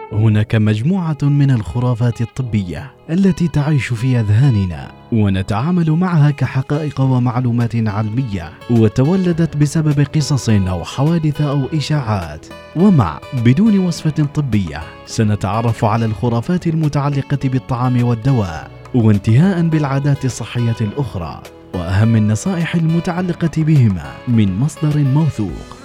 هناك مجموعة من الخرافات الطبية التي تعيش في أذهاننا ونتعامل معها كحقائق ومعلومات علمية، وتولدت بسبب قصص أو حوادث أو إشاعات. ومع بدون وصفة طبية سنتعرف على الخرافات المتعلقة بالطعام والدواء، وانتهاء بالعادات الصحية الأخرى وأهم النصائح المتعلقة بهما من مصدر موثوق.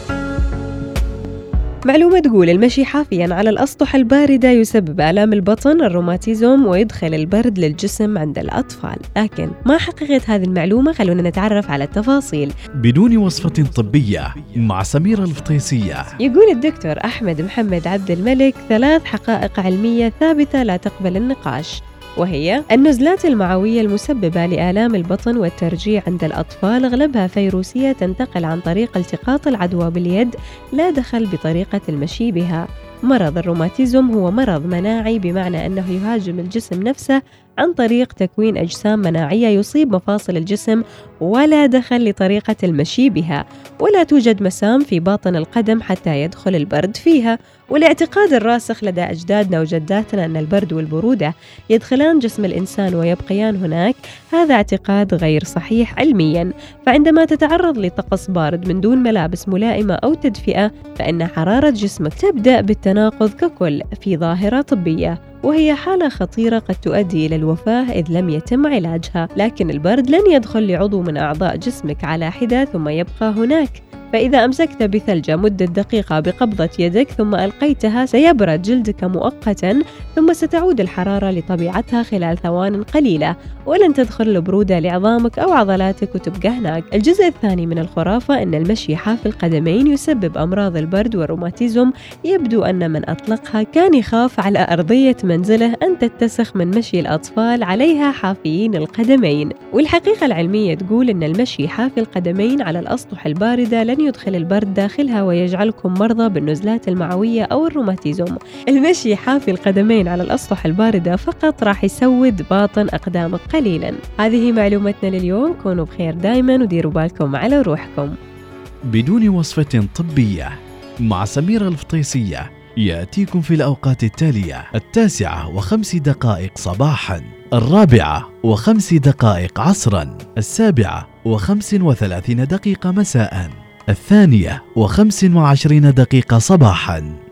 معلومة تقول المشي حافياً على الأسطح الباردة يسبب آلام البطن، الروماتيزم، ويدخل البرد للجسم عند الأطفال. لكن ما حقيقة هذه المعلومة؟ خلونا نتعرف على التفاصيل. بدون وصفة طبية مع سميرة الفطيسية. يقول الدكتور أحمد محمد عبد الملك 3 حقائق علمية ثابتة لا تقبل النقاش، وهي النزلات المعوية المسببة لآلام البطن والترجيع عند الأطفال أغلبها فيروسية تنتقل عن طريق التقاط العدوى باليد، لا دخل بطريقة المشي بها. مرض الروماتيزم هو مرض مناعي، بمعنى أنه يهاجم الجسم نفسه عن طريق تكوين أجسام مناعية يصيب مفاصل الجسم، ولا دخل لطريقة المشي بها، ولا توجد مسام في باطن القدم حتى يدخل البرد فيها. والاعتقاد الراسخ لدى أجدادنا وجداتنا أن البرد والبرودة يدخلان جسم الإنسان ويبقيان هناك، هذا اعتقاد غير صحيح علمياً. فعندما تتعرض لطقس بارد من دون ملابس ملائمة أو تدفئة، فإن حرارة جسمك تبدأ بالتناقض ككل في ظاهرة طبية، وهي حالة خطيرة قد تؤدي إلى الوفاة إذ لم يتم علاجها. لكن البرد لن يدخل لعضو من أعضاء جسمك على حدة ثم يبقى هناك، فإذا أمسكت بثلجة مدة دقيقة بقبضة يدك ثم ألقيتها سيبرد جلدك مؤقتاً، ثم ستعود الحرارة لطبيعتها خلال ثوان قليلة، ولن تدخل البرودة لعظامك أو عضلاتك وتبقى هناك. الجزء الثاني من الخرافة أن المشي حافي القدمين يسبب أمراض البرد والروماتيزم. يبدو أن من أطلقها كان يخاف على أرضية منزله أن تتسخ من مشي الأطفال عليها حافيين القدمين. والحقيقة العلمية تقول أن المشي حافي القدمين على الأسطح الباردة لن يدخل البرد داخلها ويجعلكم مرضى بالنزلات المعوية أو الروماتيزم. المشي حافي القدمين على الأسطح الباردة فقط راح يسود باطن أقدامك قليلاً. هذه معلومتنا لليوم، كونوا بخير دايماً وديروا بالكم على روحكم. بدون وصفة طبية مع سميرة الفطيسية يأتيكم في الأوقات التالية: 9:05 صباحاً، 4:05 عصراً، 7:35 مساءً، 2:25 صباحاً.